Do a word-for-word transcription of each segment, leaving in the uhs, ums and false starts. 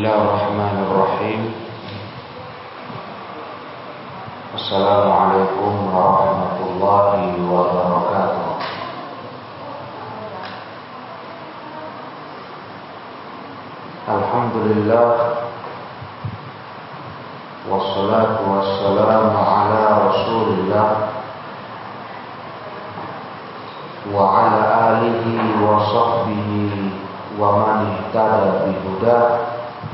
Bismillahirrahmanirrahim. Assalamualaikum warahmatullahi wabarakatuh. Alhamdulillah, wassalatu wassalamu ala Rasulillah wa ala alihi wa sahbihi wa man ihtada bihudah.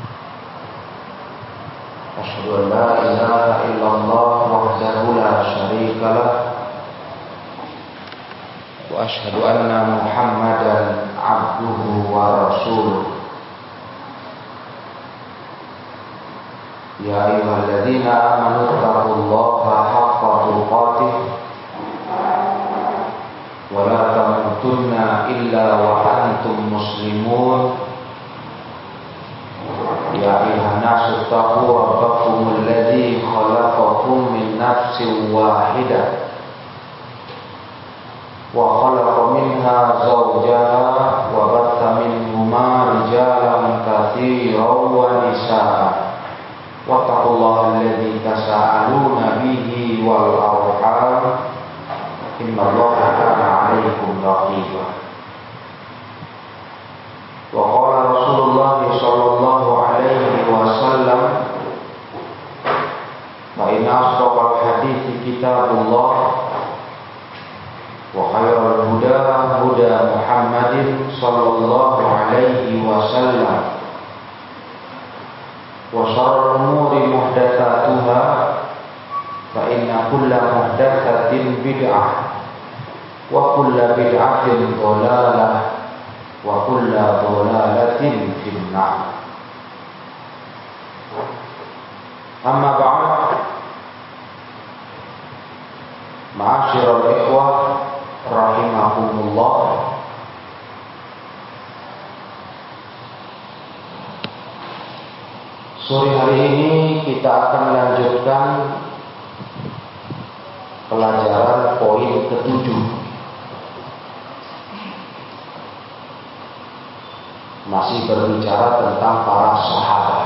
Asyhadu an la ilaha illallah wahdahu la syarika lah wa asyhadu anna Muhammadan abduhu wa rasuluh. Ya ayyuhalladzina amanu taqullaha haqqa tuqatih wa la tamutunna illa wa antum muslimun. Ya ayyuhan nasu taqu rabbakumul ladzi khalaqakum min nafsin wahidah wa khalaqa minha zawjaha wa batha minhuma rijalan katsiran wa nisaa. Wattaqullaha alladzi tasaaluna bihi wal arham innallaha kana 'alaikum raqiba. Wa qala Rasulullah sallallahu alaihi wasallam, fa inna asdaqal hadithi kitabullah wa khairal huda huda Muhammadin sallallahu alaihi wasallam wa syarrul umuri muhdatsatuha fa inna kulla muhdatsatin bid'ah wa kulla bid'atin dhalalah wa kulla dhalalatin finnar. Amma ba'd, ma'asyiral ikhwah rahimakumullah. Sore hari ini kita akan melanjutkan pelajaran poin ketujuh, masih berbicara tentang para sahabat.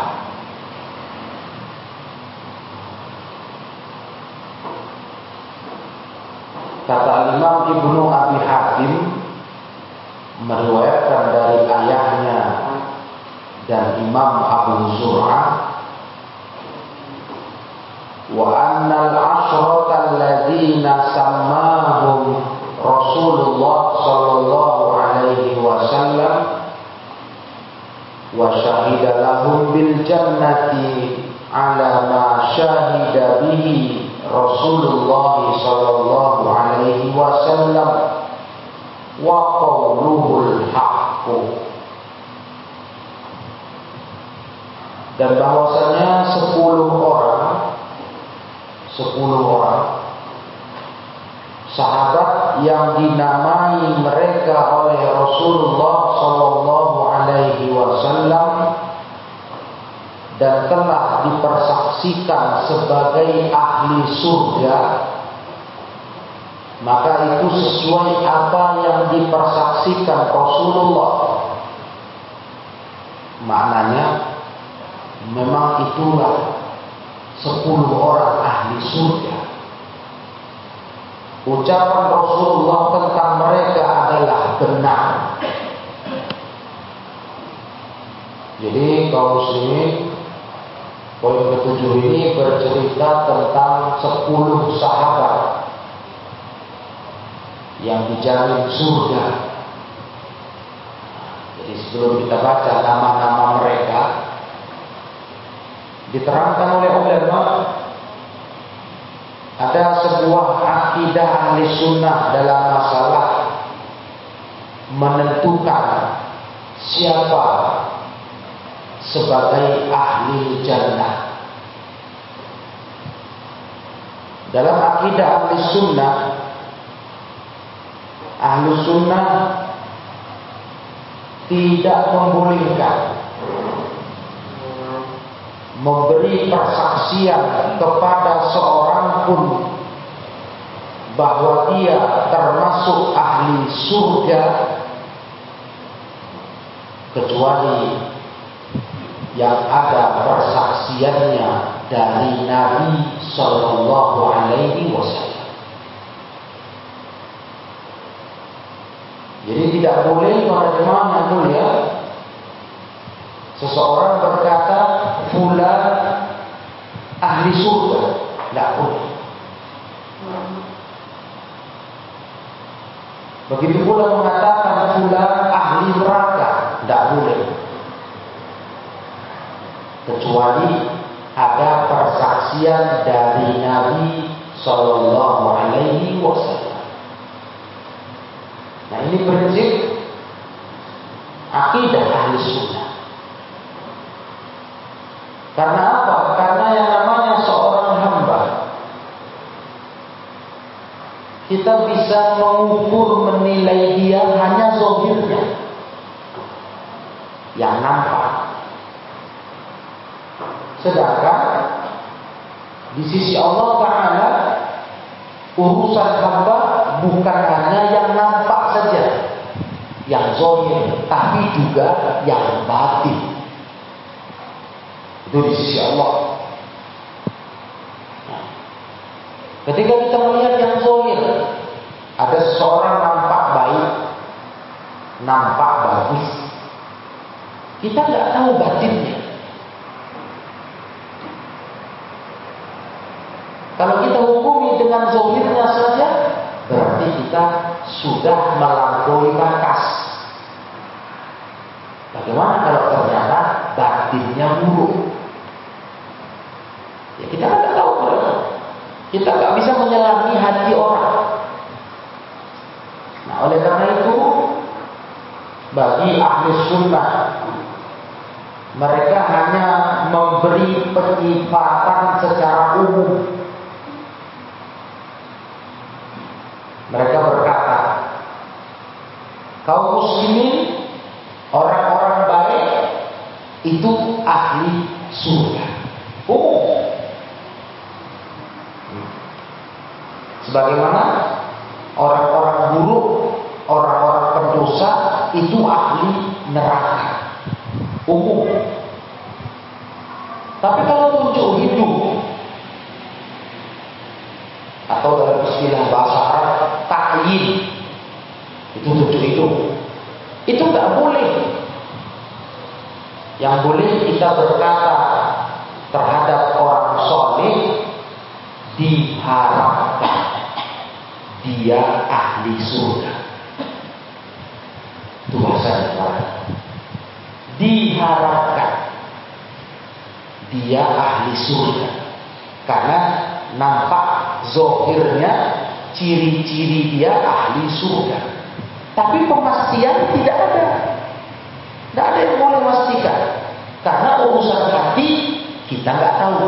Kata Imam Ibnu Abi Hatim meriwayatkan dari ayahnya dan Imam Abu Zur'ah, wa annal asyrata alladzina sammahum Rasulullah sallallahu alaihi wasallam wa syahida lahum bil jannati ala ma syahida bihi Rasulullah sallallahu alaihi wasallam wa qawluhul haqqu. Dan bahwasanya sepuluh orang sepuluh orang sahabat yang dinamai mereka oleh Rasulullah sallallahu alaihi wasallam dan telah dipersaksikan sebagai ahli surga, maka itu sesuai apa yang dipersaksikan Rasulullah. Maknanya memang itulah sepuluh orang ahli surga. Ucapan Rasulullah tentang mereka adalah benar. Jadi kaum muslimin, poin ketujuh ini bercerita tentang sepuluh sahabat yang dijamin surga. Jadi sebelum kita baca nama-nama mereka, diterangkan oleh ulama ada sebuah akidah ahli sunnah dalam masalah menentukan siapa sebagai ahli jannah. Dalam akidah ahli sunnah, ahli sunnah tidak membolehkan memberi persaksian kepada seorang pun bahwa dia termasuk ahli surga kecuali yang ada persaksiannya dari Nabi Sallallahu Alaihi Wasallam. Jadi tidak boleh para jemaah yang mulia seseorang berkata fulan ahli surga, tidak boleh. Begitu pula mengatakan fulan ahli neraka, tidak boleh. Kecuali ada persaksian dari Nabi Sallallahu Alaihi Wasallam. Nah, ini prinsip akidah ahli sunnah. Karena apa? Karena yang namanya seorang hamba, kita bisa mengukur, menilai dia hanya zahirnya yang nampak. Sedangkan di sisi Allah Ta'ala urusan hamba bukan hanya yang nampak saja, yang zahir, tapi juga yang batin. Itu di sisi Allah. Nah, ketika kita melihat yang zahir, ada seseorang nampak baik, nampak bagus, kita nggak tahu batinnya. Kalau kita hukumi dengan zahirnya saja, berarti kita sudah melampaui batas. Bagaimana kalau ternyata batinnya buruk? Ya kita nggak tahu. Kita nggak bisa menyelami hati orang. Nah, oleh karena itu, bagi ahli sunnah, mereka hanya memberi penyifatan secara umum. Mereka berkata, kaum muslimin, orang-orang baik itu ahli surga. Oh, sebagaimana orang-orang buruk, orang-orang pendosa itu ahli neraka. Umum. Tapi kalau tunjuk hidup, atau dalam istilah bahasa Arab ta'yin, itu tunjuk hidup, itu nggak boleh. Yang boleh kita berkata terhadap orang soleh, diharapkan dia ahli surga. Itu bahasa Arab. Diharapkan dia ahli surga, karena nampak zahirnya ciri-ciri dia ahli surga. Tapi pemastian tidak ada. Tidak ada yang boleh memastikan, karena urusan hati kita nggak tahu.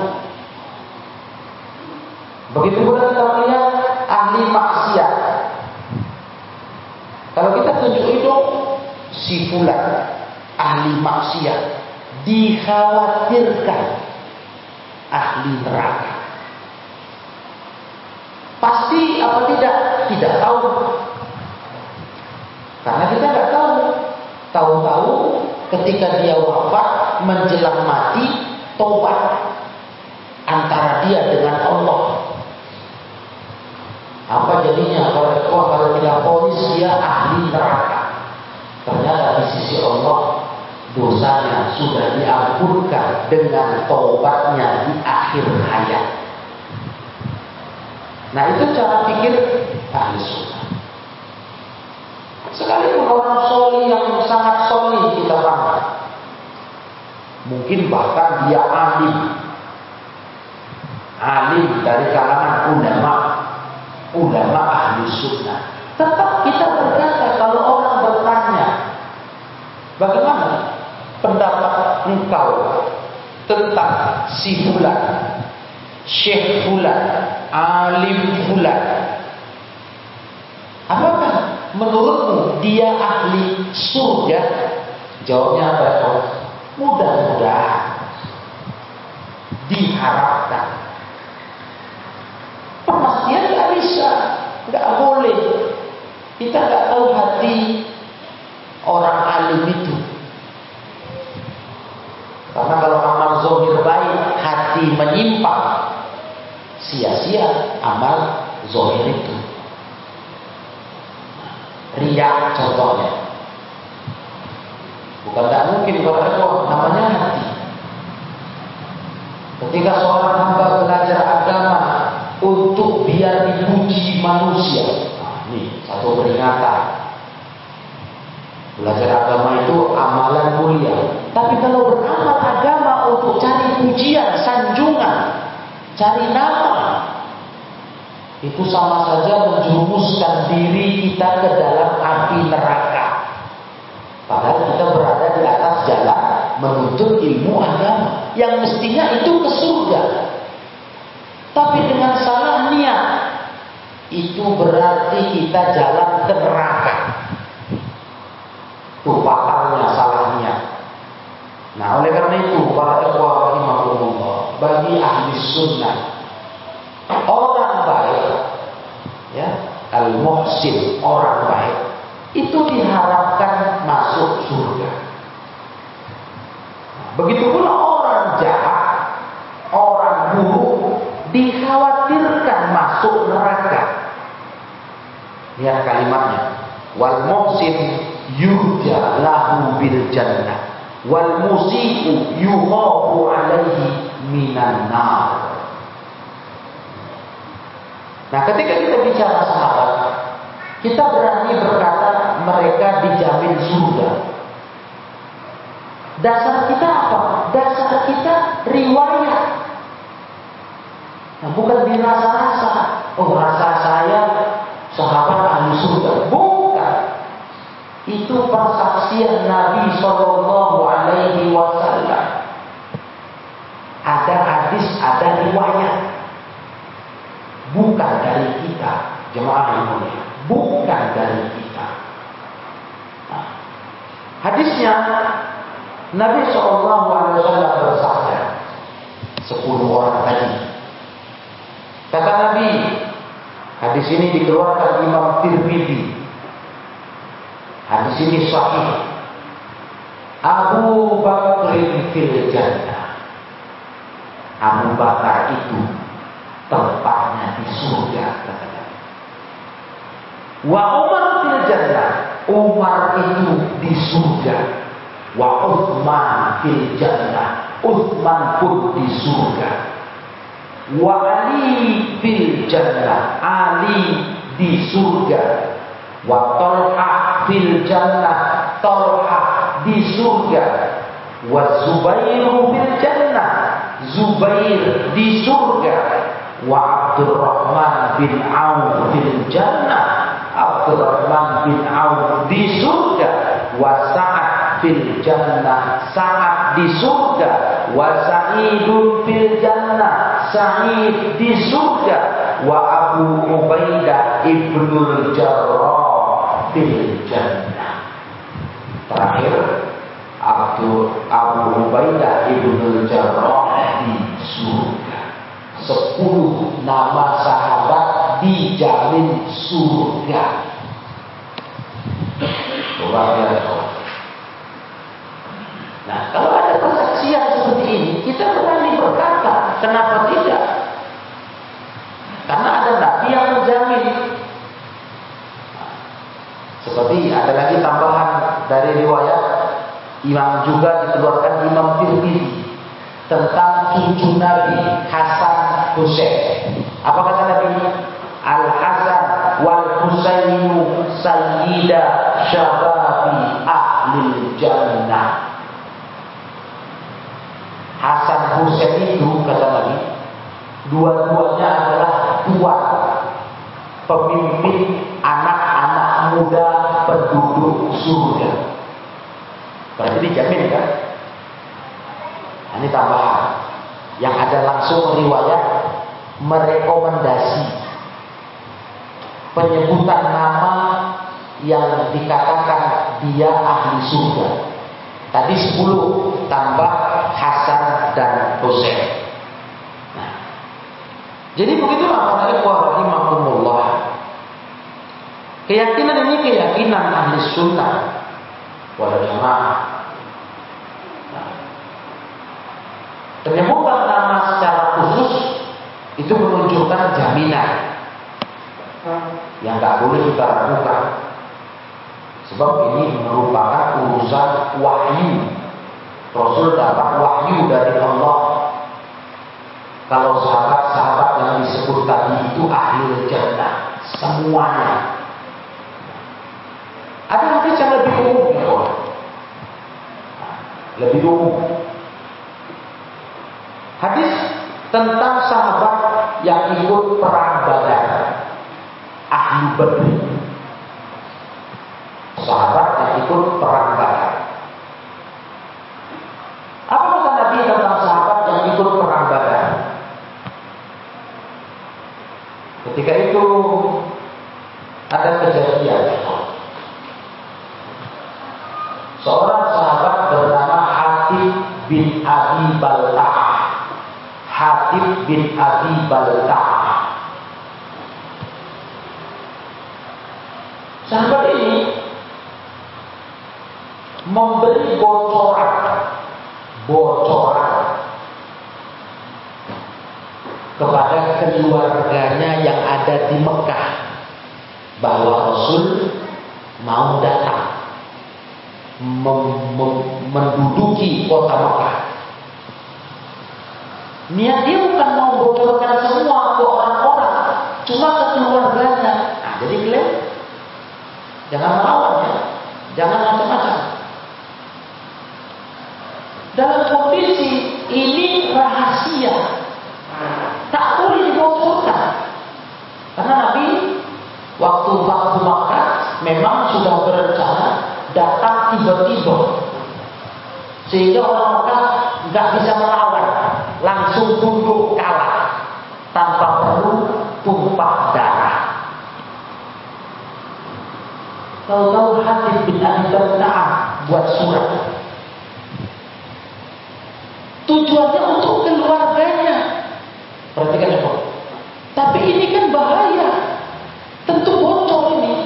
Begitu pula kita melihat ahli maksiat. Kalau kita tunjuk itu si fulan ahli maksiat, dikhawatirkan ahli neraka. Pasti apa tidak? Tidak tahu. Karena kita nggak tahu. Tahu-tahu ketika dia wafat menjelang mati, tobat antara dia dengan Allah. Apa jadinya kalau kalau tidak polis dia ahli neraka? Ternyata di sisi Allah dosanya sudah diampunkan dengan tobatnya di akhir hayat. Nah, itu cara pikir ahli sunnah. Sekalipun orang soleh yang sangat soleh kita pandang, mungkin bahkan dia alim, alim dari kalangan ulama, ulama ahli sunnah, tetap kita berkata kalau orang bertanya, bagaimana pendapat engkau tentang si fulan, syekh fulan, alim fulan, apakah menurutmu dia ahli surga? Jawabnya apa? Mudah-mudahan, diharapkan. Pemastian nggak bisa, nggak boleh. Kita nggak tahu hati orang alim itu. Karena hati menyimpang, sia-sia amal zahir itu. Riya contohnya. Bukan tak mungkin para ikhwah, namanya hati. Ketika seorang hamba belajar agama untuk biar dipuji manusia, nah, ini satu peringatan. Belajar agama itu amalan mulia. Tapi kalau beramal agama untuk cari pujian, sanjungan, cari nama, itu sama saja menjerumuskan diri kita ke dalam api neraka. Padahal kita berada di atas jalan menuntut ilmu agama yang mestinya itu ke surga. Tapi dengan salah niat, itu berarti kita jalan ke neraka. Itu fatalnya salah niat. Nah, oleh karena itu para ikhwah rahimahumullah, bagi ahli sunnah, orang baik, ya, al-muhsin, orang baik, itu diharapkan masuk surga. Begitu pula orang jahat, orang buruk, dikhawatirkan masuk neraka. Lihat kalimatnya, wal muhsin yurja lahu bil jannah, wal musii'u yukhafu alaihi minan nar. Nah, ketika kita bicara sahabat, kita berani berkata mereka dijamin surga. Dasar kita apa? Dasar kita riwayat. Nah, bukan dirasa-rasa. Oh, rasa saya sahabat ahli surga. Bukan. Itu persaksian Nabi Shallallahu Alaihi Wasallam. Ada hadis, ada riwayat. Bukan dari kita, jemaah yang mulia. Bukan dari kita. Nah, hadisnya Nabi Shallallahu Alaihi Wasallam bersabda, sepuluh orang tadi. Kata Nabi, hadis ini dikeluarkan Imam Tirmidzi. Hadis ini sahih. Abu Bakr fil jannah. Abu Bakar itu tempatnya di surga, katanya. Wa Umar fil jannah. Umar itu di surga. Wa Utsman fil jannah. Utsman pun di surga. Wa Ali fil jannah. Ali di surga. Wa Talha fil jannah. Talha di surga. Wa Zubair fil jannah. Zubair di surga. Wa Abdurrahman bin Auf fil jannah. Abdurrahman bin Auf di surga. Wa Sa'ad fil jannah. Sa'ad di surga. Wa Sa'idun fil jannah. Sa'id di surga. Wa Abu Ubaidah ibnul Jarrah fil jannah. Terakhir, Abdul Abu Ubaidah ibnul Jarrah di surga. Sepuluh nama sahabat dijamin surga. Luar biasa. Nah, kalau ada persaksian seperti ini, kita berani berkata, kenapa tidak? Karena ada nabi yang menjamin. Seperti ada lagi tambahan dari riwayat Imam juga dikeluarkan Imam Tirmidzi tentang cucu Nabi Hasan Husain. Apa kata Nabi? Al Hasan wal Husainu sayyida syababi ahli jannah. Hasan Husain itu kata Nabi, dua-duanya adalah tuan pemimpin anak-anak muda penduduk surga. Berarti dijamin kan? Ini tambahan yang ada langsung riwayat merekomendasi penyebutan nama yang dikatakan dia ahli surga. Tadi sepuluh tambah Hasan dan Husain. Nah, jadi begitulah para ikhwah rahimakumullah. Keyakinan ini keyakinan ahli sunnah wal jamaah. Nah, penyebutan nama secara itu menunjukkan jaminan yang nggak boleh kita ragukan. Sebab ini merupakan urusan wahyu. Rasul dapat wahyu dari Allah. Kalau sahabat-sahabat yang disebut tadi itu ahli jannah semuanya. Ada hadis yang lebih umum, ya, lebih umum. Hadis tentang sahabat yang ikut perang Badar, ahli Badr. Sahabat yang ikut perang Badar. Apa kata Nabi tentang sahabat yang ikut perang Badar? Ketika itu ada kejadian. Seorang sahabat bernama Hatib bin Abi Balta'ah. Hatib bin Abi Balta'ah. Sahabat ini memberi bocoran, bocoran kepada keluarganya yang ada di Mekah bahwa Rasul mau datang Mem, mem, menduduki kota Mekah. Niat dia bukan mau bocorkan semua ke orang-orang, cuma ke keluarganya. Nah, jadi kalian jangan melawan ya, jangan macam-macam. Dalam kondisi ini rahasia, tak boleh dibocorkan. Karena Nabi waktu waktu Mekah memang sudah berencana datang tiba-tiba, sehingga orang Mekah nggak bisa melawan, langsung tunduk kalah tanpa perlu tumpah darah. Tahu-tahu Hatib bin Abi Balta'ah buat surat, tujuannya untuk keluarganya. Perhatikan ya, tapi ini kan bahaya, tentu bocor ini.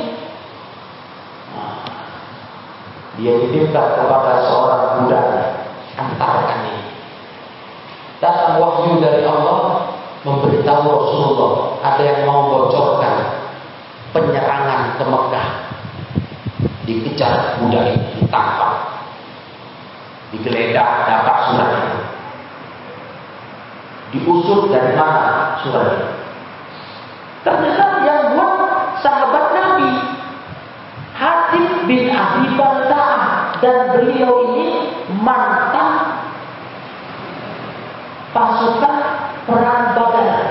Dia titipkan kepada seorang budak, antarkan ini. Datang wahyu dari Allah memberitahu Rasulullah ada yang mau bocorkan penyerangan ke Mekah. Dikejar budak ini, ditangkap, digeledah, dapat surat itu. Diusut dari mana surat itu? Ternyata yang buat sahabat Nabi, Hatib bin Abi Balta'ah, dan beliau ini mantan pasukan perang Badar.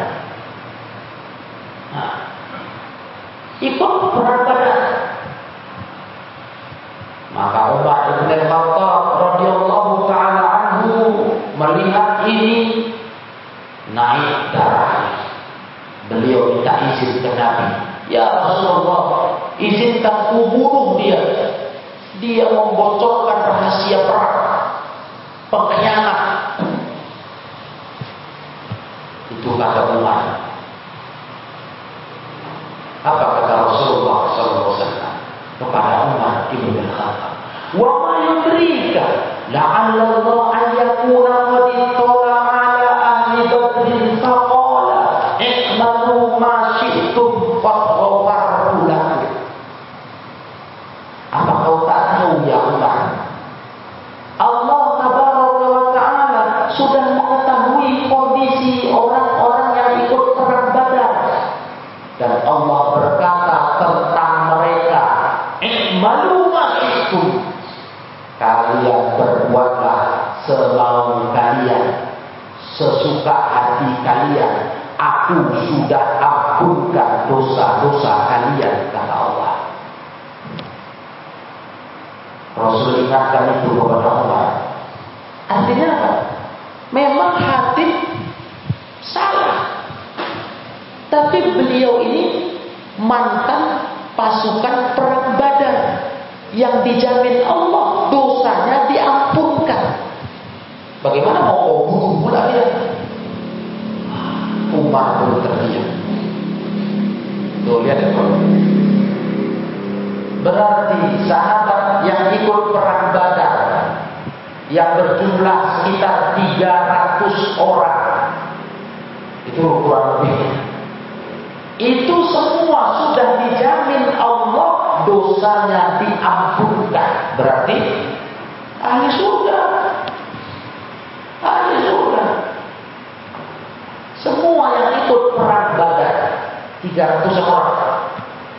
Nah, ikut perang Badar. Maka Umar bin Khattab radhiyallahu taala anhu melihat ini, naik darah. Beliau minta izin ke Nabi, ya Rasulullah, izinkan ku bunuh dia. Dia membocorkan rahasia perang, pengkhianat. Itu kata Umar. Apa kata Rasulullah sallallahu alaihi wasallam kepada Umar bin Khattab? Wa ma yudrika la'alla Allah an yakuna qad ittala ala ahli badrin faqala i'malu ma syi'tum faqawaru lakum. Apa kau tak tahu ya Umar, Allah tabaraka wa ta'ala sudah mengetahui kondisi orang-orang yang ikut perang Badar, dan Allah berkata tentang mereka, i'malu ma syi'tum, kalian berbuatlah semau kalian, sesuka hati kalian, aku sudah ampunkan dosa-dosa kalian, kata Allah. Rasul ingatkan itu kepada Umar. Artinya apa? Memang Hatib salah, tapi beliau ini mantan pasukan perang Badar yang dijamin Allah dosanya diampunkan. Bagaimana mau kau bunuh pula dia? Umar pun terdiam. Tuh lihat ya, berarti sahabat yang ikut perang Badar yang berjumlah sekitar tiga ratus orang Itu kurang lebih. Itu semua sudah dijamin Allah dosanya diampunkan. Berarti ahli surga. Ahli surga. Semua yang ikut perang Badar tiga ratus orang.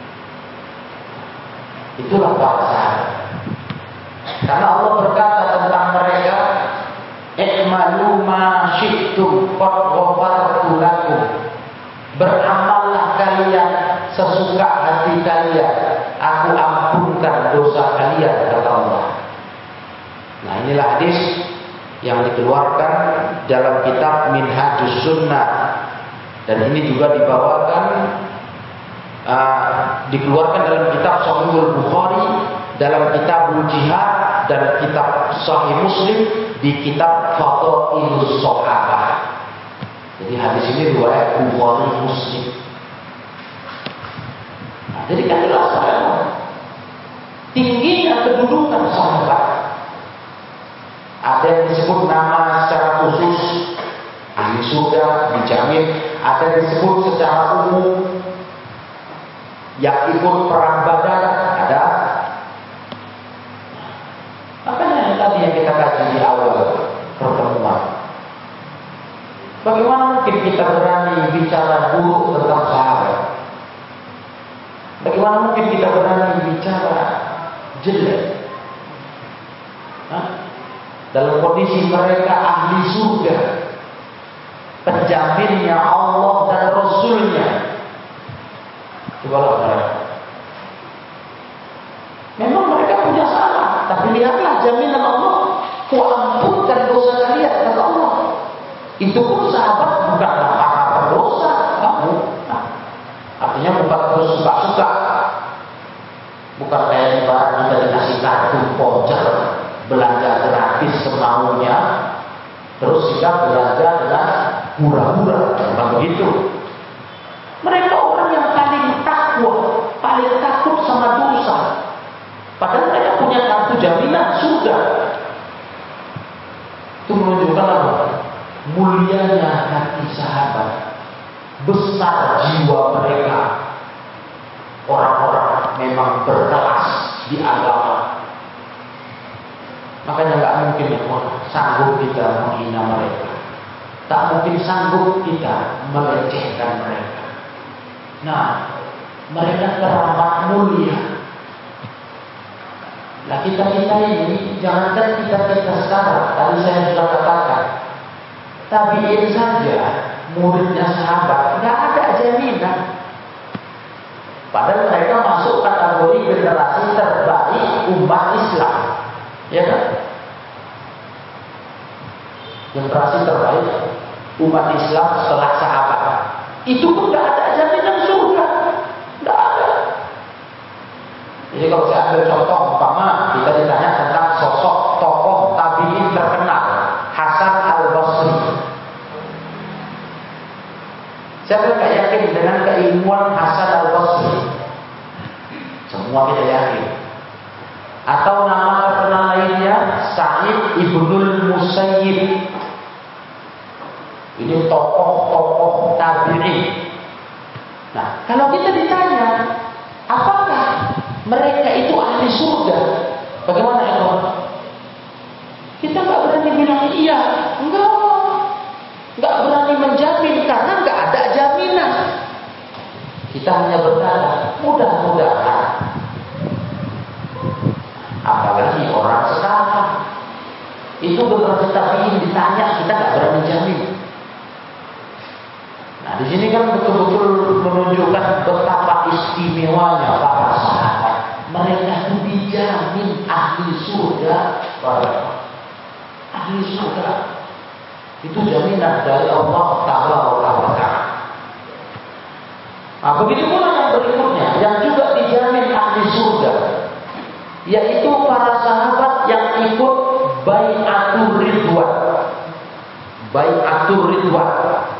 Itulah para sahabat. Karena Allah berkata tentang mereka, "I'malu ma syi'tum qad ghafartu lakum." Beramallah kalian sesuka hati kalian, aku ampunkan dosa kalian, kata Allah. Nah, inilah hadis yang dikeluarkan dalam kitab Minhajus Sunnah, dan ini juga dibawakan uh, dikeluarkan dalam kitab Sahihul Bukhari, dalam kitab Jihad, dan kitab Sahih Muslim di kitab Fadailus Sahabah. Jadi hadis ini riwayat Bukhari Muslim. Nah, jadi kan jelas sahabat. Tingginya kedudukan sahabat. Ada yang disebut nama secara khusus ahli surga dijamin, ada yang disebut secara umum yang ikut perang Badar ada. Makanya yang tadi yang kita kaji di awal pertemuan. Bagaimana mungkin kita berani bicara buruk tentang sahabat? Bagaimana mungkin kita berani bicara jelek? Hah? Dalam kondisi mereka ahli surga, penjaminnya Allah dan Rasulnya. Cobalah mereka. Memang mereka punya salah, tapi lihatlah jaminan Allah. Ku ampunkan dosa kalian, kata Allah. Itu pun sahabat bukanlah para pendosa, kamu. Nah, artinya bukan terus suka-suka, bukan kayak ibarat kita dikasih kartu voucher belanja gratis semaunya, terus kita belanja dengan hura-hura, bukan begitu. Mereka orang yang paling takwa, paling takut sama dosa, padahal mereka punya kartu jaminan surga. Itu menunjukkan apa? Mulianya hati sahabat, besar jiwa mereka. Orang-orang memang berkelas di agama. Makanya nggak mungkin ya, sanggup kita menghina mereka, tak mungkin sanggup kita melecehkan mereka. Nah, mereka teramat mulia. Nah, kita kita ini, jangankan kita kita sekarang, tadi saya sudah katakan, tabi'in saja, muridnya sahabat, nggak ada jaminan. Padahal mereka masuk kategori generasi terbaik umat Islam, ya kan? Generasi terbaik umat Islam setelah sahabat. Itu pun nggak ada jaminan surga, nggak ada. Jadi kalau saya ambil contoh, umpama kita ditanya tentang sosok tokoh tabi'in terkenal, Hasan Al-Basri. Siapa nggak yakin dengan keilmuan Hasan Al-Basri? Semua kita yakin. Atau nama terkenal lainnya Sa'id Ibnul Musayyib. Ini tokoh-tokoh tabi'in. Nah, kalau kita ditanya, apakah mereka itu ahli surga? Bagaimana ya, kawan? Kita nggak berani bilang iya, enggak. Nggak berani menjamin karena nggak ada jaminan. Kita hanya berkata mudah-mudahan. Apalagi orang sekarang itu beberapa tabiin ditanya, kita nggak berani jamin. Nah, di sini kan betul-betul menunjukkan betapa istimewanya para sahabat. Mereka itu dijamin ahli surga, ahli surga. Itu jaminan dari Allah Taala. Nah, begitu pula yang berikutnya, yang juga dijamin ahli surga, yaitu para sahabat yang ikut bai'atur ridwan. Bai'atur ridwan.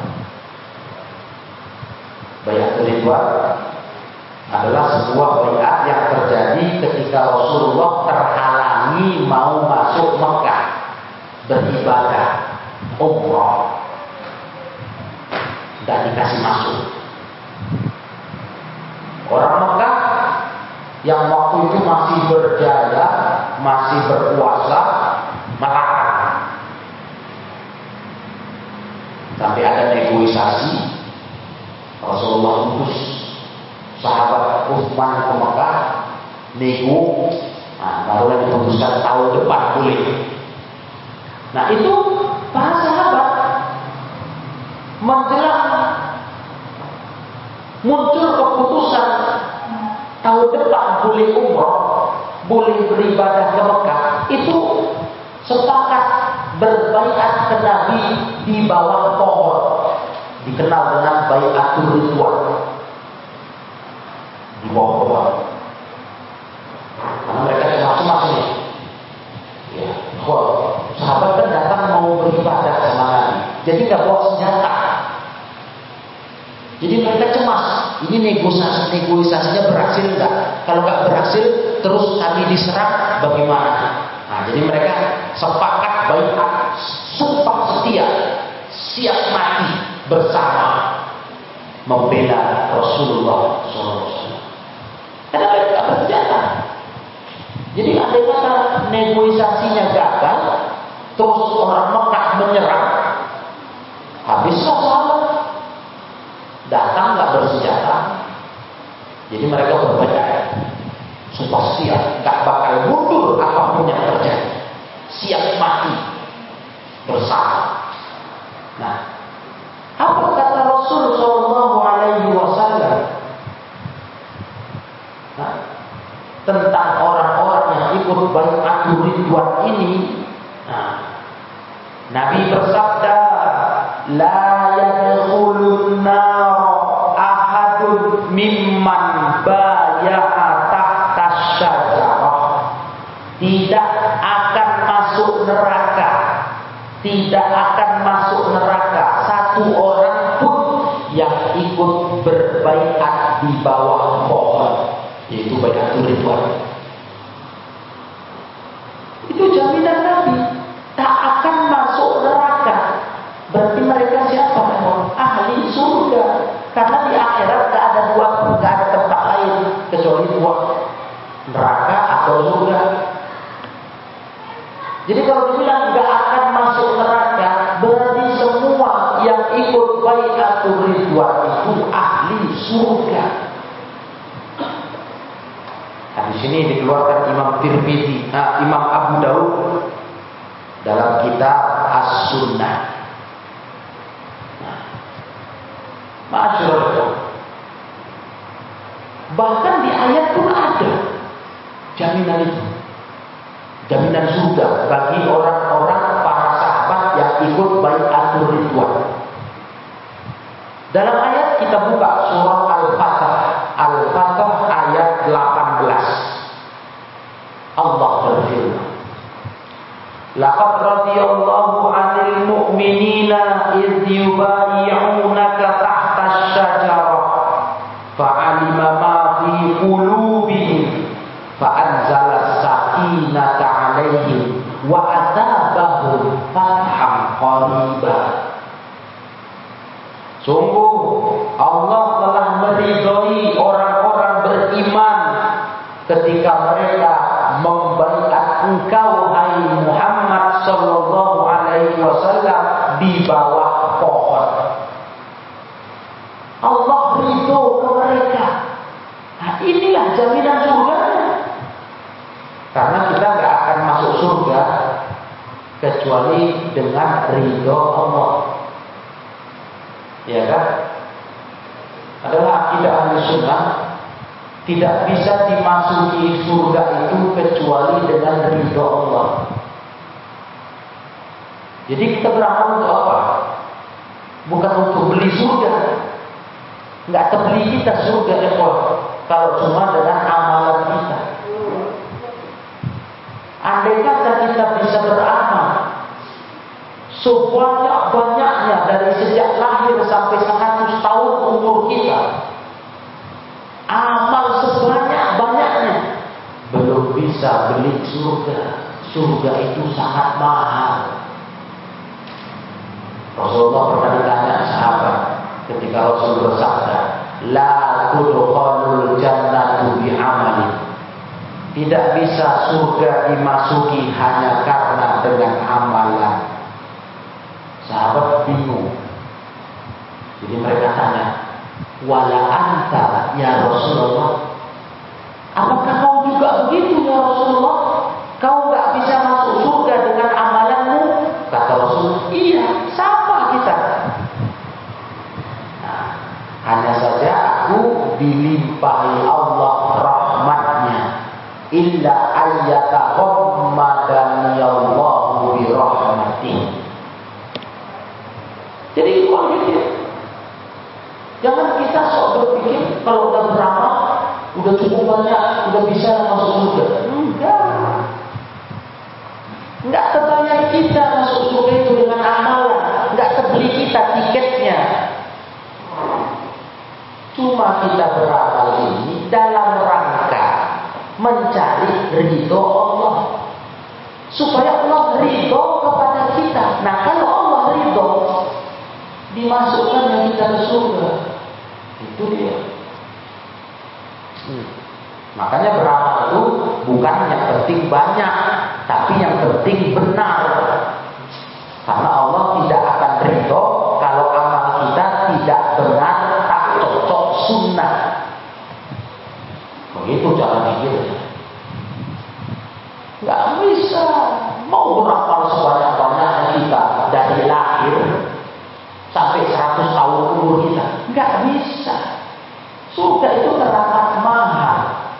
Bai'atur ridwan adalah sebuah bai'at yang terjadi ketika Rasulullah terhalangi mau masuk Mekah beribadah umrah. Tidak gak dikasih masuk. Orang Mekah yang waktu itu masih berjaya, masih berkuasa, melarang. Sampai ada negosiasi, Rasulullah utus sahabat Utsman ke Mekah, nego, nah, baru diputuskan tahun depan boleh. Nah itu para sahabat menjelang muncul keputusan tahun depan boleh umroh, boleh beribadah ke Mekah, itu sepakat berbaiat ke Nabi di bawah pohon, dikenal dengan baiatul ridwan, di bawah pohon. Karena mereka cemas-cemas nih. Ya, kok sahabat kan datang mau beribadah sama Nabi, jadi nggak bawa senjata. Jadi mereka cemas, ini negosiasi negosiasinya berhasil nggak? Kalau nggak berhasil, terus kami diserang bagaimana? Nah, jadi mereka sepakat baiat, sumpah setia, siap mati bersama membela Rasulullah shallallahu alaihi wasallam. Karena mereka bersenjata. Jadi andai kata negosiasinya gagal, terus orang Mekah menyerang, habislah sahabat. Datang nggak bersenjata, jadi mereka berbaiat, sumpah siap, nggak bakal mundur apapun yang terjadi, siap mati bersama. Nah, apa kata Rasul Shallallahu Alaihi Wasallam nah, tentang orang-orang yang ikut baiatul ridwan ini? Nah, Nabi bersabda, la yadkhulun nar ahadun mimman baya'a tahta syajarah. Tidak akan masuk neraka, tidak akan masuk neraka satu orang pun yang ikut berbaiat di bawah pohon, yaitu baiatul ridwan. Itu jaminan Nabi, tak akan masuk neraka. Berarti mereka siapa? Ahli surga. Karena di akhirat gak ada dua, gak ada tempat lain kecuali dua, neraka atau surga. Jadi kalau dibilang gak akan masuk neraka, berarti semua yang ikut baiatul ridwan itu ahli surga. Nah, di sini dikeluarkan Imam Tirmidzi, nah, Imam Abu Daud dalam kitab As-Sunnah. Masyaallah. Bahkan di ayat pun ada jaminan itu, jaminan surga bagi orang-orang para sahabat yang ikut baiatul ridwan. Dalam ayat kita buka surah Al-Fatah, Al-Fatah ayat delapan belas. Allah berfirman, laqad radiyallahu 'anil mu'minina idh yubayyi'unaka tahta asy-syajarah fa'alima ma fi qulubihim fa'anzala as-sakinata 'alaihim wa atabahum fatham qariba. Sungguh Allah telah meridhai orang-orang beriman ketika mereka membaiat engkau hai Muhammad sallallahu alaihi wasallam di bawah pohon. Allah ridho ke mereka. Nah, inilah jaminan surganya. Karena kita nggak akan masuk surga kecuali dengan ridho Allah. Ya kan? Adalah akidah ahli sunnah. Tidak bisa dimasuki surga itu kecuali dengan ridho Allah. Jadi kita beramal untuk apa? Bukan untuk beli surga. Nggak terbeli kita surga ya, kalau cuma dengan amalan kita. Andai kata kita bisa beramal sebanyak-banyaknya dari sejak lahir sampai seratus tahun umur kita, amal sebanyak-banyaknya, belum bisa beli surga. Surga itu sangat mahal. Rasulullah pernah ditanya sahabat, ketika Rasul bersabda, la tudkhalul jannatu bi'amali. Tidak bisa surga dimasuki hanya karena dengan amalan. Sahabat bingung. Jadi mereka tanya, wala anta ya Rasulullah, apakah kau juga begitu ya Rasulullah? Kau gak bisa masuk surga dengan amalanmu? Kata Rasul, iya, sama kita. Nah, hanya saja aku dilimpahi Allah rahmatnya. Illa ayyataghammadani Allahu bi rahmatih. Jadi itu gitu. Jangan kita sok berpikir kalau udah beramal, udah cukup banyak, udah bisa masuk surga. Enggak. Enggak kebayang kita masuk surga itu dengan amalan. Enggak kebeli kita tiketnya. Cuma kita beramal ini dalam rangka mencari ridho Allah, supaya Allah ridho kepada kita. Nah, kalau Allah ridho, dimasukkan yang kita ke surga. Itu dia. Hmm. Makanya beramal itu bukan yang penting banyak, tapi yang penting benar. Karena Allah tidak akan ridho kalau amal kita tidak benar, tak cocok sunnah. Begitu cara pikirnya. Nggak bisa mau beramal sebanyak-banyaknya kita dari lahir sampai seratus tahun umur kita. Nggak bisa. Surga itu teramat mahal.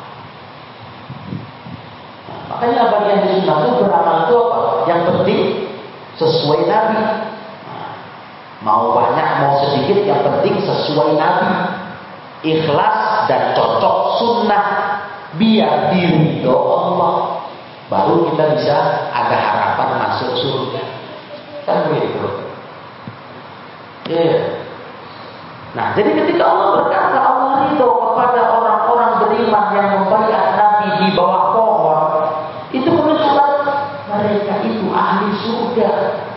Nah, makanya bagian di sunnah itu beramal itu apa? Yang penting sesuai Nabi. Nah, mau banyak mau sedikit, yang penting sesuai Nabi. Ikhlas dan cocok sunnah, biar diridho Allah, baru kita bisa ada harapan masuk surga. Kan begitu. Yeah. Nah, jadi ketika Allah berkata Allah ridho kepada orang-orang beriman yang membaiat Nabi di bawah pohon, itu menunjukkan mereka itu ahli surga.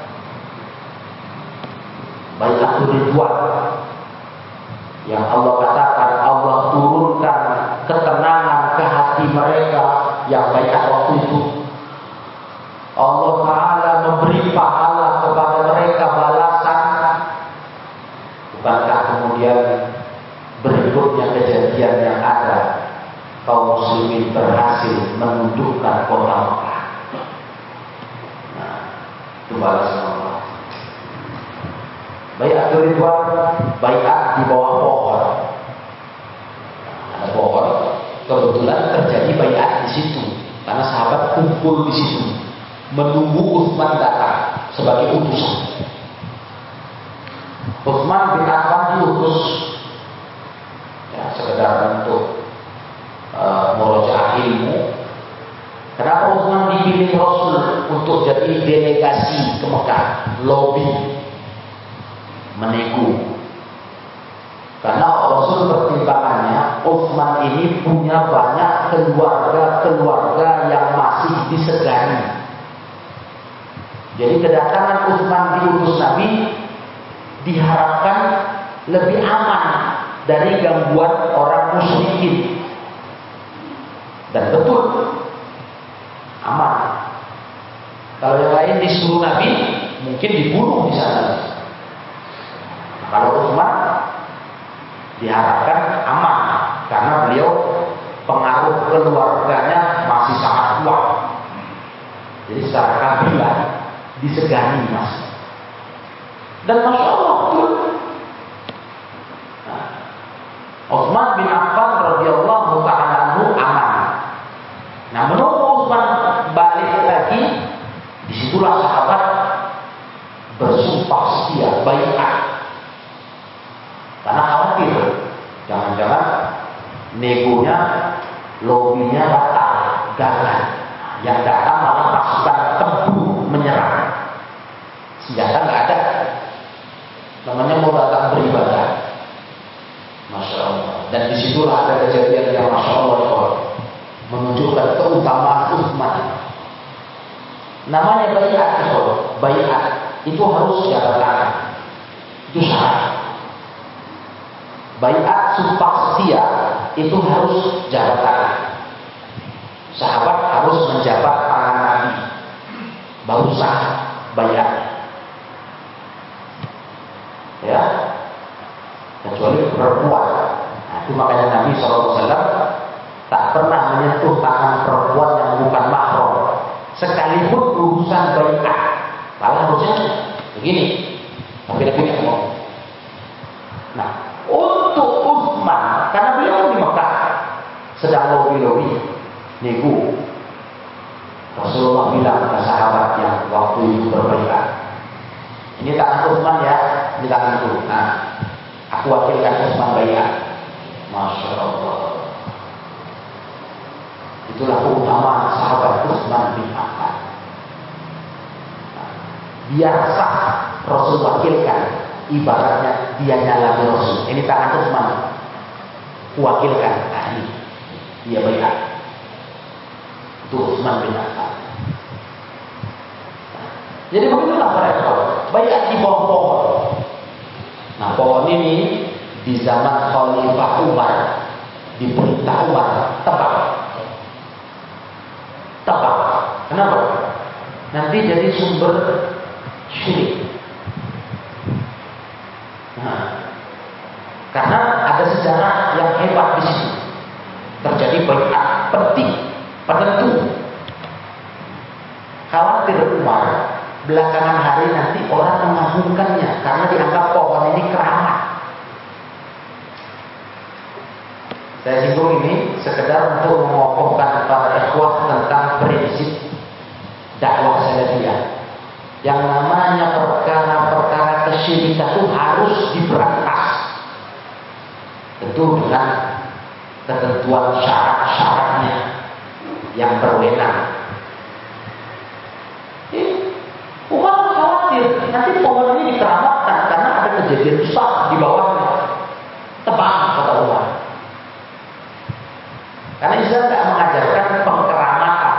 Baiatul Ridwan yang Allah katakan Allah turunkan ketenangan ke hati mereka yang baiat waktu itu. Allah Ta'ala memberi pahala kepada mereka balasan. Bukankah kemudian berikutnya kejadian yang ada, kaum muslimin berhasil menundukkan kota Mekah. Nah, itu balasan Allah. Baiatul Ridwan, baiat di bawah pohon. Nah, ada pohon, kebetulan terjadi baiat di situ karena sahabat kumpul di situ menunggu Utsman datang sebagai utusan. Utsman bin Affan diutus ya, sekedar untuk uh, murojaah ilmu. Kenapa Utsman dipilih Rasul untuk jadi delegasi ke Mekah, lobby, menego? Karena Rasul pertimbangannya Utsman ini punya banyak keluarga-keluarga yang masih disegani. Jadi kedatangan Utsman diutus Nabi diharapkan lebih aman dari gangguan orang musyrikin. Dan betul aman. Kalau yang lain disuruh Nabi mungkin dibunuh di sana. Nah, kalau Utsman diharapkan aman karena beliau pengaruh keluarganya masih sangat kuat. Jadi secara kabilah disegani masih. Dan masya Allah betul. Nah, Utsman bin Affan radhiyallahu ta'ala anhu aman. Nah, menunggu Utsman balik lagi, disitulah sahabat bersumpah setia, baiat. Karena khawatir, jangan-jangan negonya, lobinya batal, gagal. Yang datang malah pasukan tempur menyerang. Senjata nggak ada. Namanya mau datang beribadah. Masya Allah. Dan disitulah ada kejadian yang Masya Allah menunjukkan keutamaan Utsman. Namanya baiat itu, baiat itu harus secara tangan. Itu syarat. sumpah setia itu harus jabat tangan. Sahabat harus menjabat tangan Nabi, baru sah bayarnya. Ya, kecuali perempuan. Nah, itu makanya Nabi shallallahu alaihi wasallam tak pernah menyentuh tangan perempuan yang bukan mahram, sekalipun urusan baiat. Malah harusnya begini, tapi Nabi tidak mau. Nah, untuk Utsman, karena beliau di Mekah sedang lobi-lobi, nego. Rasulullah bilang ke sahabat yang waktu itu berbaiat, ini tangan Utsman ya, ini tanganku. Nah, aku wakilkan Utsman baiat. Masya Allah. Itulah keutamaan sahabat Utsman bin Affan. Nah, biar sah Rasul wakilkan, ibaratnya dia nyalami Rasul. Ini tangan Utsman, kuwakilkan. Nah, ini dia baiat. Itu Utsman bin Affan. Nah, jadi begitulah mereka baiat di bawah pohon. Nah, pohon ini di zaman Khalifah Umar, di perintah Umar, tebak. Tebak. Kenapa? Nanti jadi sumber syirik. Nah, karena ada sejarah yang hebat di situ. Terjadi baiat penting, penentu. Khawatir Umar belakangan hari nanti orang mengagungkannya karena dianggap pohon ini keramat. Saya singgung ini sekedar untuk mengokohkan para ikhwah tentang prinsip dakwah salafiyah. Yang namanya perkara-perkara kesyirikan itu harus diberantas. Tentu dengan ketentuan syarat-syaratnya yang berwenang. Umar khawatir nanti pohon ini dikeramatkan karena ada kejadian besar di bawahnya. Tebang, kata Umar. Karena Islam tidak mengajarkan pengkeramatan.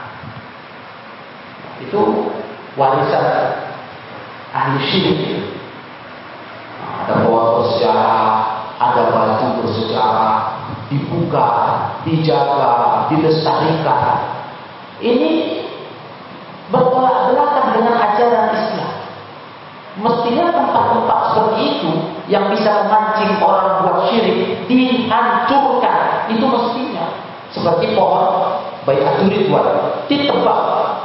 Itu warisan ahli syirik. Nah, ada pohon bersejarah, ada batu bersejarah, dibuka, dijaga, dilestarikan. Ini bertolak belakang dengan ajaran Islam. Mestinya tempat-tempat seperti itu yang bisa memancing orang buat syirik dihancurkan. Itu mestinya. Seperti pohon Baiatul Ridwan ditebak.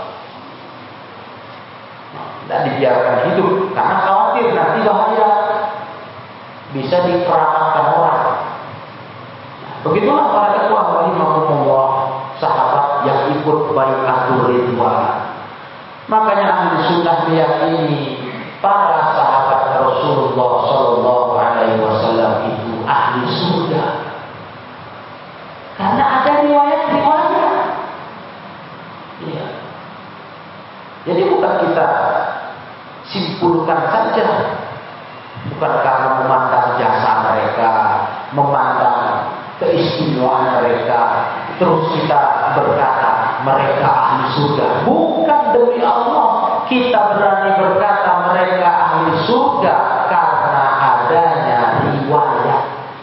Tidak dibiarkan hidup karena khawatir nanti bahaya, bisa dikeramatkan orang. Nah, begitulah para ikhwah rahimahumullah, sahabat yang ikut Baiatul Ridwan. Makanya ahli sunnah meyakini para sahabat Rasulullah Shallallahu Alaihi Wasallam itu ahli surga karena ada riwayat-riwayat. Iya. Jadi bukan kita simpulkan saja, bukan karena memandang jasa mereka, memandang keistimewaan mereka, terus kita berkata mereka ahli surga. Bukan, demi Allah kita berani berkata mereka ahli surga karena adanya riwayat.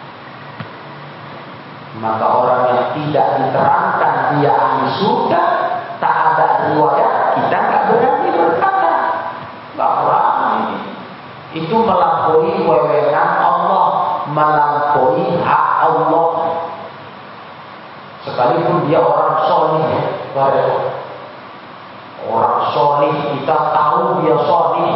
Maka orang yang tidak diterangkan dia ahli surga, tak ada riwayat, kita nggak berani berkata, nggak berani. Itu melampaui wewenang Allah, melampaui hak Allah. Sekalipun dia orang solih, orang solih kita tahu dia solih,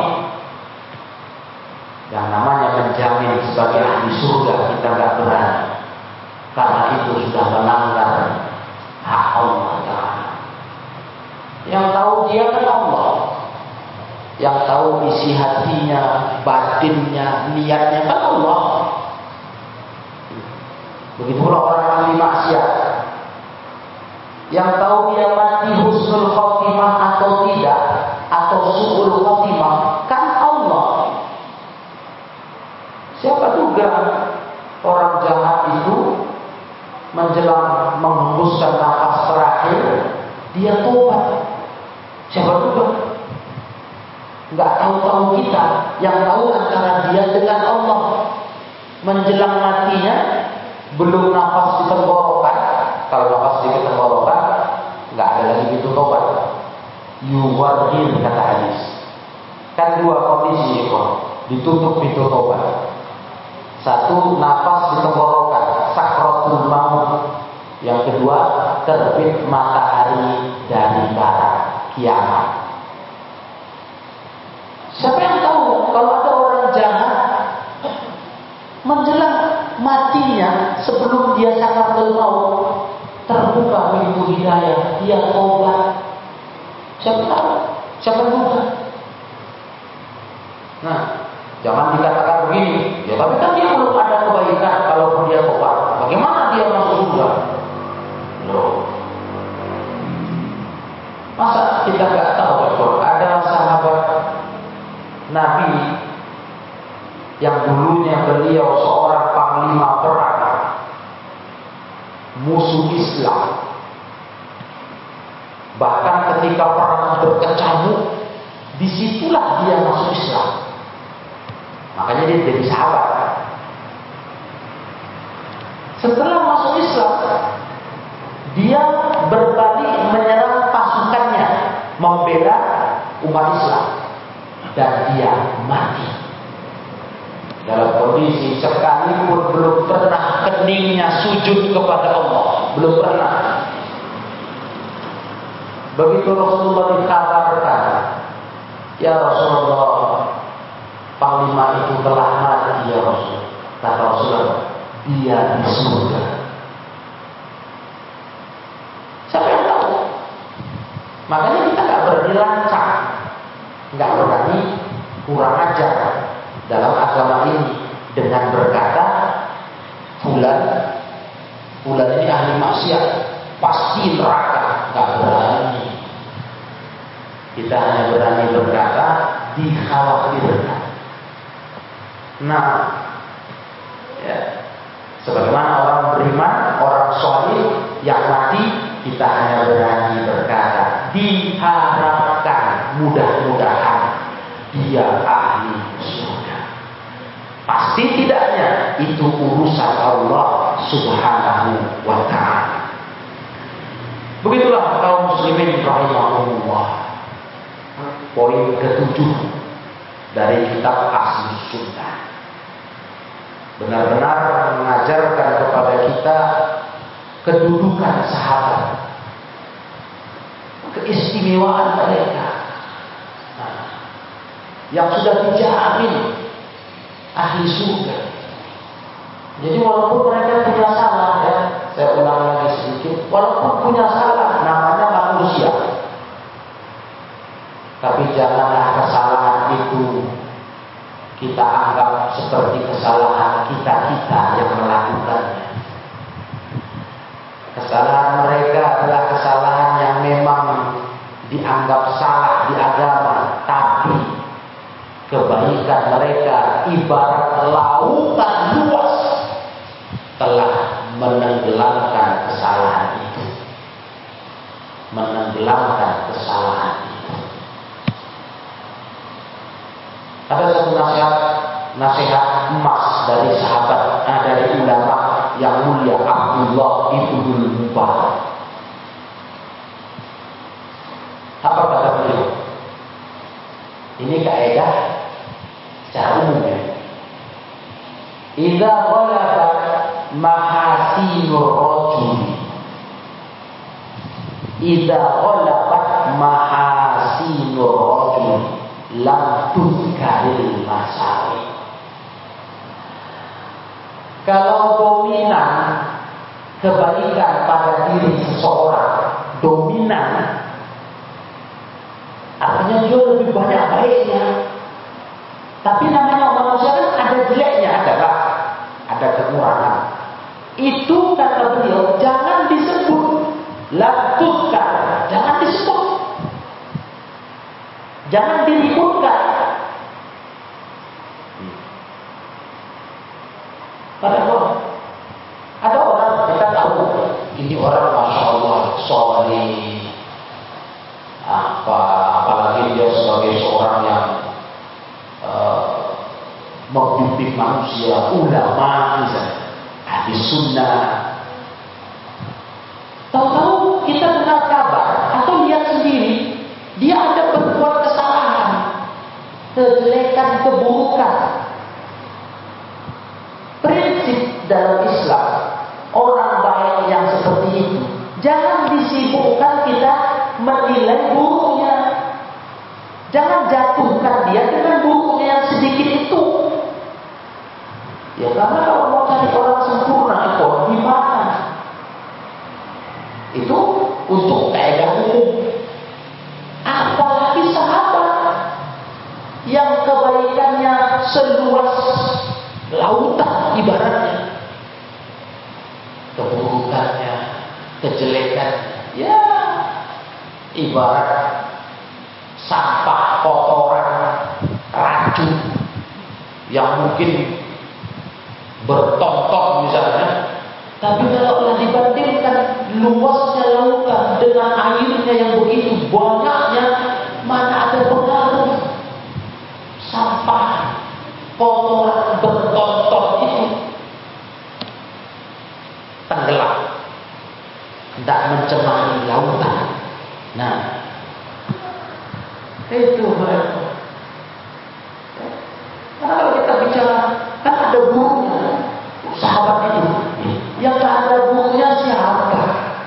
yang namanya menjamin sebagai ahli surga kita nggak berani, karena itu sudah melanggar hak Allah Taala. Yang tahu dia kan Allah, yang tahu isi hatinya, batinnya, niatnya kan Allah. Begitu pula orang ahli maksiat, yang tahu dia mati husnul khotimah atau tidak, atau su'ul khotimah, kan Allah. Siapa duga orang jahat itu menjelang menghembuskan nafas terakhir dia tobat? Siapa duga? Nggak tahu-tahu kita, yang tahu antara dia dengan Allah. Menjelang matinya belum nafas di tenggorokan. Kalau nafas di tenggorokan, nggak ada lagi pintu tobat. Yuwarhir kata hadis. Kan dua kondisi kok ditutup pintu tobat. Satu, nafas di tenggorokan, sakratul maut. Yang kedua, terbit matahari dari barat, kiamat. Siapa yang tahu kalau ada orang jahat menjelang matinya sebelum dia sakratul maut terbuka pintu hidayah, dia tobat. Siapa tahu? Siapa tahu? Nah, jangan dikatakan begini, ya tapi kan dia belum ada kebaikan kalau dia tobat. Bagaimana dia masuk surga? Loh. Masa kita nggak tahu betul? Ada sahabat Nabi yang dulunya beliau seorang panglima perang musuh Islam. Bahkan ketika perang berkecamuk, disitulah dia masuk Islam. Makanya dia jadi sahabat. Setelah masuk Islam, dia berbalik menyerang pasukannya, membela umat Islam, dan dia mati. Dalam kondisi sekalipun belum pernah keningnya sujud kepada Allah, belum pernah. Begitu Rasulullah dikabarkan, ya Rasulullah, panglima itu telah mati ya Rasul. Kata Rasulullah, dia di surga. Siapa yang tahu? Makanya kita nggak berani lancang, nggak berani kurang ajar dalam agama ini dengan berkata, fulan, fulan ini ahli maksiat, pasti neraka. Nggak berani. Kita hanya berani berkata, dikhawatirkan. Nah, ya, sebagaimana orang beriman, orang soleh yang mati, kita hanya berani berkata, diharapkan, mudah-mudahan dia ahli surga. Pasti tidaknya itu urusan Allah Subhanahu wa ta'ala. Begitulah kaum muslimin rahimahumullah. Poin ketujuh dari kitab Asli Sunnah, benar-benar mengajarkan kepada kita kedudukan sahabat, keistimewaan mereka, nah, yang sudah dijamin ahli surga. Jadi walaupun mereka punya salah, ya, saya ulang lagi sedikit, walaupun punya salah, namanya manusia. Tapi janganlah kesalahan itu kita anggap seperti kesalahan kita-kita yang melakukannya. Kesalahan mereka adalah kesalahan yang memang dianggap salah di agama, tapi kebaikan mereka ibarat lautan luas telah menenggelamkan kesalahan itu. Menenggelamkan kesalahan itu. Ada satu nasihat, nasihat emas dari sahabat, nah, dari ulama yang mulia Abdullah ibnul Mubarak. Apa kata beliau? Ini kaidah secara umum ya. Idza ghalabat mahasinur rajuli, idza ghalabat mahasinur rajuli lam tuzkaril masawi. Kalau dominan kebaikan pada diri seseorang, dominan artinya dia lebih banyak baiknya. Tapi namanya manusia kan ada jeleknya, ada lah, ada kekurangan. Itu kata beliau jangan disebut, lam tuzkar, jangan disebut. Jangan diributkan. Padahal ada orang kita tahu ini orang masya Allah soleh, apa apalagi dia sebagai seorang yang uh, membimbing manusia, ulama misalnya, ahli ahli sunnah. Tahu-tahu kita dengar kabar atau lihat sendiri, dia ada berbuat kesalahan, kejelekan, keburukan. Prinsip dalam Islam, orang baik yang seperti itu jangan disibukkan kita menilai buruknya. Jangan jatuhkan dia dengan buruknya yang sedikit itu. Ya karena kalau mau cari orang sempurna itu di mana? Itu untuk kaidah umum. Apalagi sahabat yang kebaikannya seluas lautan ibaratnya, keburukannya, kejelekan, ya ibarat sampah, kotoran, racun yang mungkin bertonton misalnya. Tapi kalau dibandingkan luasnya lautan dengan airnya yang begitu banyaknya, mana ada pengaruh sampah, kotoran bertonton itu tenggelam, tidak mencemari lautan. Nah, itu mereka. Karena kalau kita bicara, kan ada buruknya sahabat itu. Yang tak ada buruknya siapa?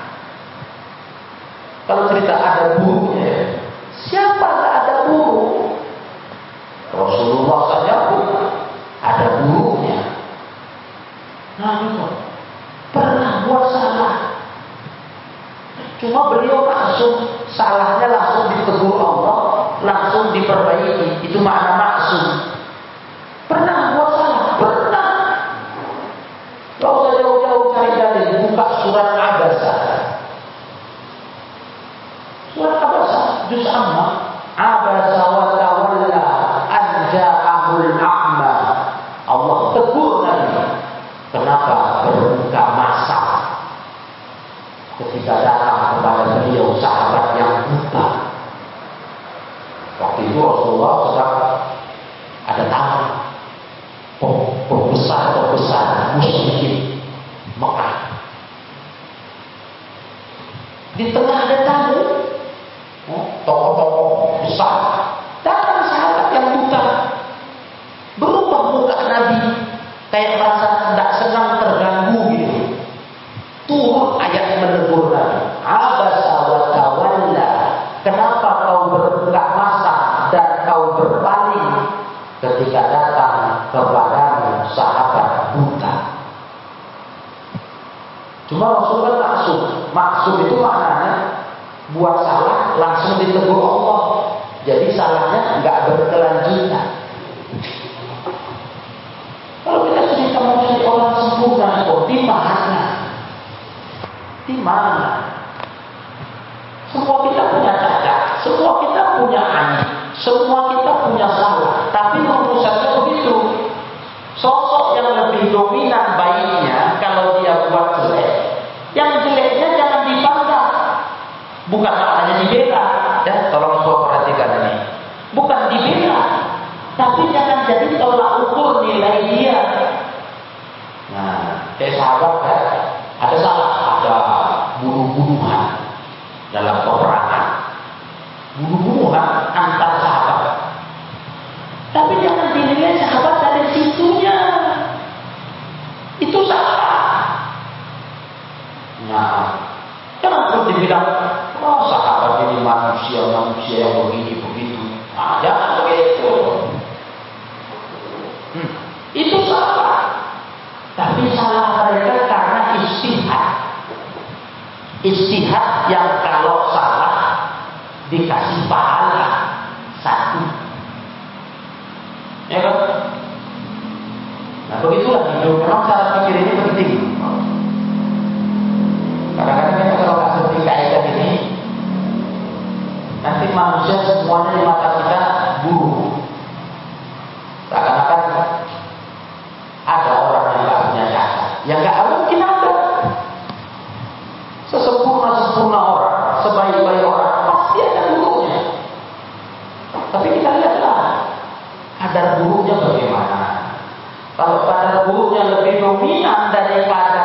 Kalau cerita ada buruknya, siapa tak ada buruk? Rasulullah saja pun ada buruknya. Nah, itu pernah buat salah. Cuma beliau langsung salahnya langsung ditegur Allah, langsung diperbaiki. Itu makna maksum. Pernah buat salah? Pernah. Kalau usah jauh-jauh cari dalil, buka surat Abasa. Surat Abasa, juz amma. Abasa wa tawalla an ja'ahul a'ma. Allah tegur Nabi. Kenapa berbuka masa ketika datang kepada beliau sahabat yang buta. Waktu itu Rasulullah sedang ada tamu pembesar-pembesar musyrikin Mekah. Di tengah ada tamu, tokoh-tokoh besar, datang sahabat yang buta. Berubah muka Nabi, kayak merasa tidak senang, terganggu gitu. Turun ayat menegur Nabi. Abasa wa tawalla. Kenapa kau berbuka masa dan kau berpaling ketika datang kepadamu sahabat buta? Cuma Rasulullah maksud, maksud itu maknanya buat salah langsung ditegur Allah. Jadi salahnya nggak berkelanjutan. Kalau kita cerita mau jadi orang sempurna, kok di mana? Di mana? Semua kita punya cacat, semua kita punya aib, semua kita punya salah. Tapi urusannya begitu. Sosok yang lebih dominan baiknya kalau dia buat jelek, yang jeleknya jangan dipandang. Bukan maknanya dibela. Ya, tolong kau perhatikan ini. Bukan dibela, tapi jangan jadi tolak ukur nilai dia. Nah, kayak sahabat kan, ada salah, ada bunuh-bunuhan dalam peperangan, bunuh-bunuhan antar sahabat. Tapi jangan dinilai sahabat dari situnya. Itu salah. Nah, jangan terus dibilang, oh sahabat ini manusia-manusia yang begini-begitu. Nah, jangan begitu. Hmm, itu salah. Tapi salah mereka karena ijtihad. Ijtihad yang kalau salah dikasih pahala satu. Ya kan? Nah begitulah hidup. Memang cara pikir ini penting. Kadang-kadang kita kalau nggak ngerti kaidah ini, nanti manusia semuanya di mata kita buruk. Seakan-akan ada orang yang nggak punya cacat. Ya nggak mungkin ada. Sesempurna-sempurna orang, sebaik-baik orang, pasti ada buruknya. Tapi kita lihatlah kadar buruknya bagaimana. Kalau kadar buruknya lebih dominan daripada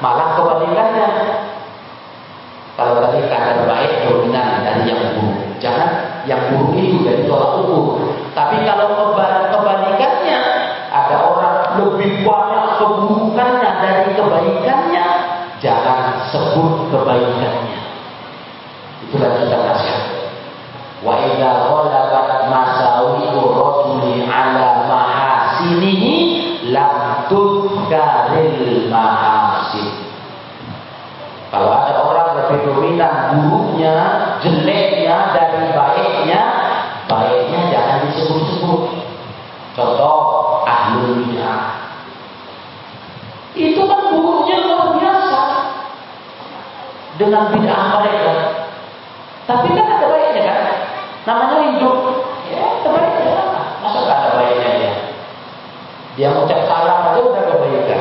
malah kebalikannya. Kalau tadi kadar baik dominan dari yang buruk, jangan yang buruk itu dari tolak ukur. Tapi kalau kebalikannya, ada orang lebih banyak keburukannya dari kebaikannya, jangan sebut kebaikannya. Itulah kita nasihat. Wa idza ghalabat masawi'u rajuli 'ala mahasinihi lam tudkaril mahasin. Kalau ada orang lebih dominan buruknya, jeleknya dari baiknya, baiknya jangan disebut-sebut. Contoh ahlul bid'ah. Itu kan buruknya luar biasa dengan bid'ah mereka. Tapi kan ada baiknya kan? Namanya hidup. Ya, ada baiknya. Masa gak ada baiknya dia? Dia mengucap salam aja udah kebaikan.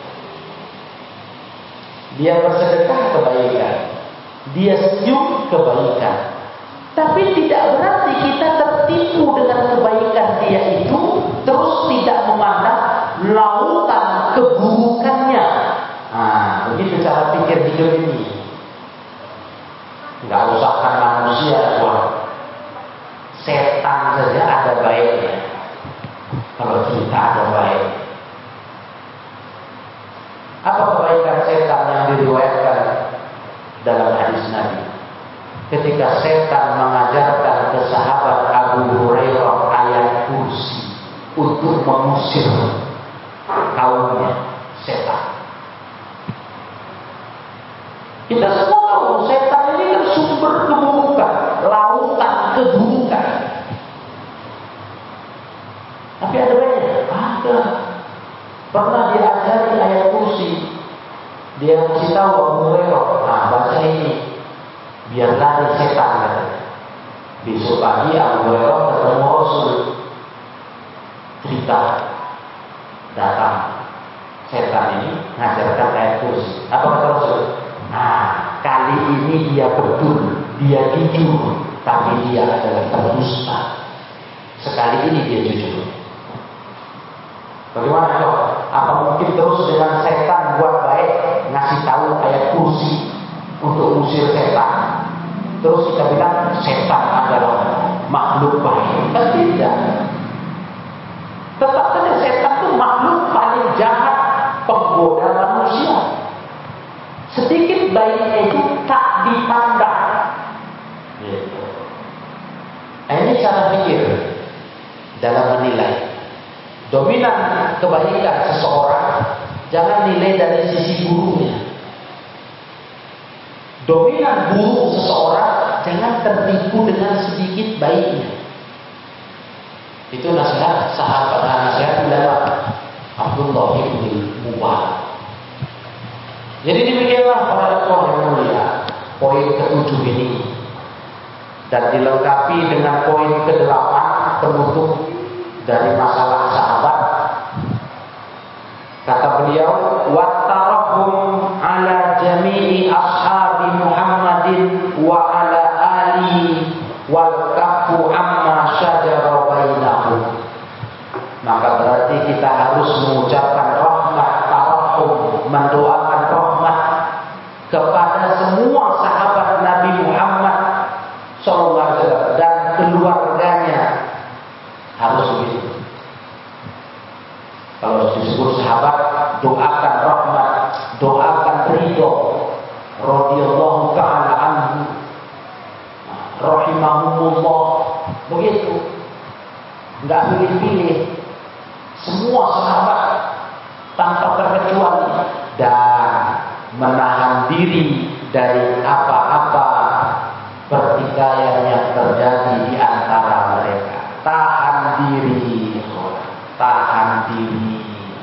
Dia bersedekah kebaikan, dia senyum kebaikan. Tapi tidak berarti kita tertipu dengan kebaikan dia itu, terus tidak memandang lautan keburukannya. Nah, begitu cara pikir hidup ini. Enggak usah kan manusia, buat setan saja ada baiknya. Kalau kita ada baik. Apa kebaikan setan yang diriwayatkan dalam hadis Nabi? Ketika setan mengajarkan ke sahabat Abu Hurairah ayat kursi untuk mengusir kaumnya, setan. Kita semua tahu setan ini kan sumber keburukan, lautan keburukan. Tapi ada baiknya? Ada. Pernah diajari ayat kursi, dia kasih tahu Abu Hurairah, nah baca ini, biar lari setan katanya. Besok pagi Abu Hurairah ketemu Rasul, cerita, datang setan ini ngajarkan ayat kursi. Apa kata Rasul? Nah, kali ini dia betul, dia jujur, tapi dia adalah pendusta. Sekali ini dia jujur. Bagaimana dong? Apa mungkin terus dengan setan buat baik ngasih tahu ayat kursi untuk usir setan? Terus kita bilang setan adalah makhluk baik? Kan tidak. Tetap saja setan itu makhluk paling jahat, penggoda manusia. Sedikit baiknya itu tak dipandang. Gitu. Ini cara pikir dalam menilai. Dominan kebaikan seseorang jangan nilai dari sisi buruknya. Dominan buruk seseorang jangan tertipu dengan sedikit baiknya. Itu nasihat sahabat, nasihat ulama Abdullah bin Mubarak. Jadi demikianlah para ikhwan yang mulia, poin ketujuh ini, dan dilengkapi dengan poin kedelapan penutup dari masalah sahabat. Kata beliau, wattarahum ala jami'i ashabi Muhammadin wa ala ali wal kafu amma syajara bainahum. Maka berarti kita harus mengucapkan rahmat, tarahum, mendoakan rahmat kepada semua sahabat Nabi Muhammad shallallahu alaihi wasallam dan keluarganya. Harus begitu. Kalau disebut sahabat, doakan rahmat, doakan ridho, radhiyallahu ta'ala anhu, rahimahumullah. Begitu. Enggak pilih-pilih. Semua sahabat tanpa terkecuali, dan menahan diri dari apa-apa pertikaian yang terjadi di antara mereka. Tahan diri, tahan diri.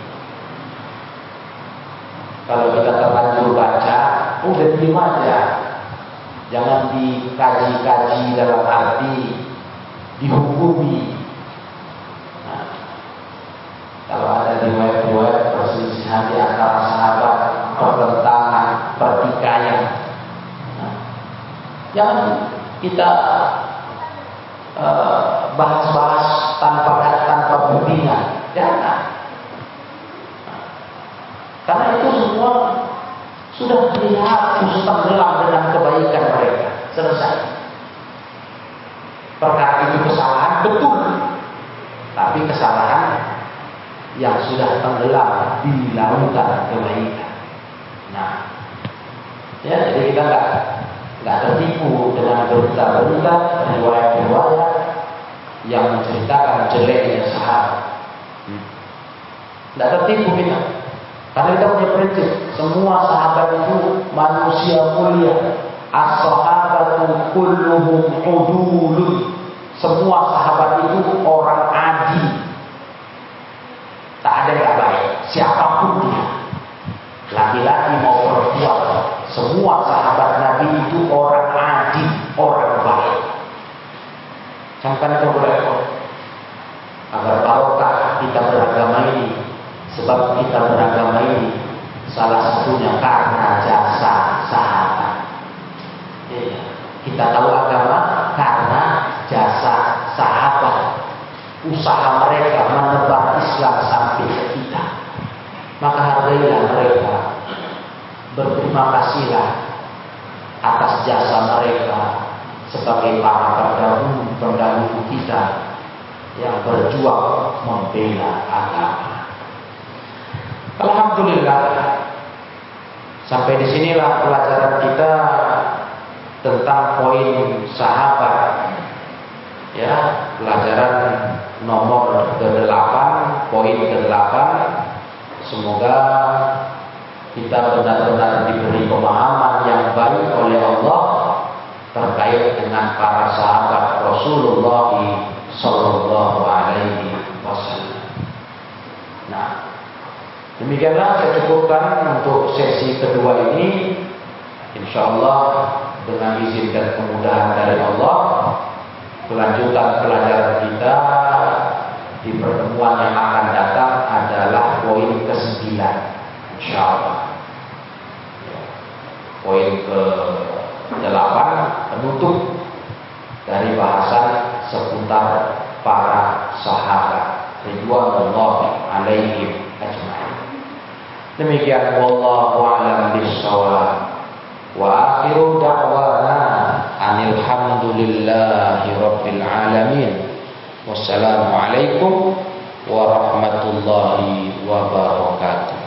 Kalau kita terlanjur baca, udah diem aja. Jangan dikaji-kaji dalam arti dihukumi. Nah, kalau ada riwayat-riwayat perselisihan di antara sahabat, pertentangan, pertikaian, nah, jangan kita Uh, bahas-bahas tanpa tanpa buktinya, jangan. Karena itu semua sudah dihapus tenggelam dengan kebaikan mereka. Selesai. Perkara itu kesalahan betul, tapi kesalahan yang sudah tenggelam di lautan kebaikan. Nah, ya, jadi kita nggak nggak tertipu dengan berita-berita, riwayat-riwayat yang menceritakan jeleknya sahabat. Nggak tertipu kita, karena kita punya prinsip, semua sahabat itu manusia mulia. As-sahabatu kulluhum udulun. Semua sahabat itu orang adil. Tak ada yang baik, siapapun dia, laki-laki mau perempuan, semua sahabat Nabi itu orang adil, orang baik. Camkan itu berapa? Agar barokah kita beragama ini, sebab kita beragama ini salah satunya karena jasa sahabat. Kita tahu agama karena jasa sahabat, usaha mereka menebar Islam sampai ke kita. Maka hargailah mereka, berterima kasihlah atas jasa mereka sebagai para pendahulu kita yang berjuang membela agama. Alhamdulillah, sampai disinilah pelajaran kita tentang poin sahabat. Ya, pelajaran nomor kedelapan, poin kedelapan. Semoga kita benar-benar diberi pemahaman yang baik oleh Allah terkait dengan para sahabat Rasulullah Sallallahu Alaihi Wasallam. Nah, demikianlah saya cukupkan untuk sesi kedua ini. Insya Allah dengan izin dan kemudahan dari Allah, kelanjutan pelajaran kita di pertemuan yang akan datang adalah poin kesembilan, insya Allah. Poin ke delapan penutup dari bahasan seputar para sahabat ridwanullahi alaihim ajma'in. Demikian, wallahu a'lam bishawab. Wa akhiru da'wana anil hamdulillahi rabbil alamin. Wassalamualaikum warahmatullahi wabarakatuh.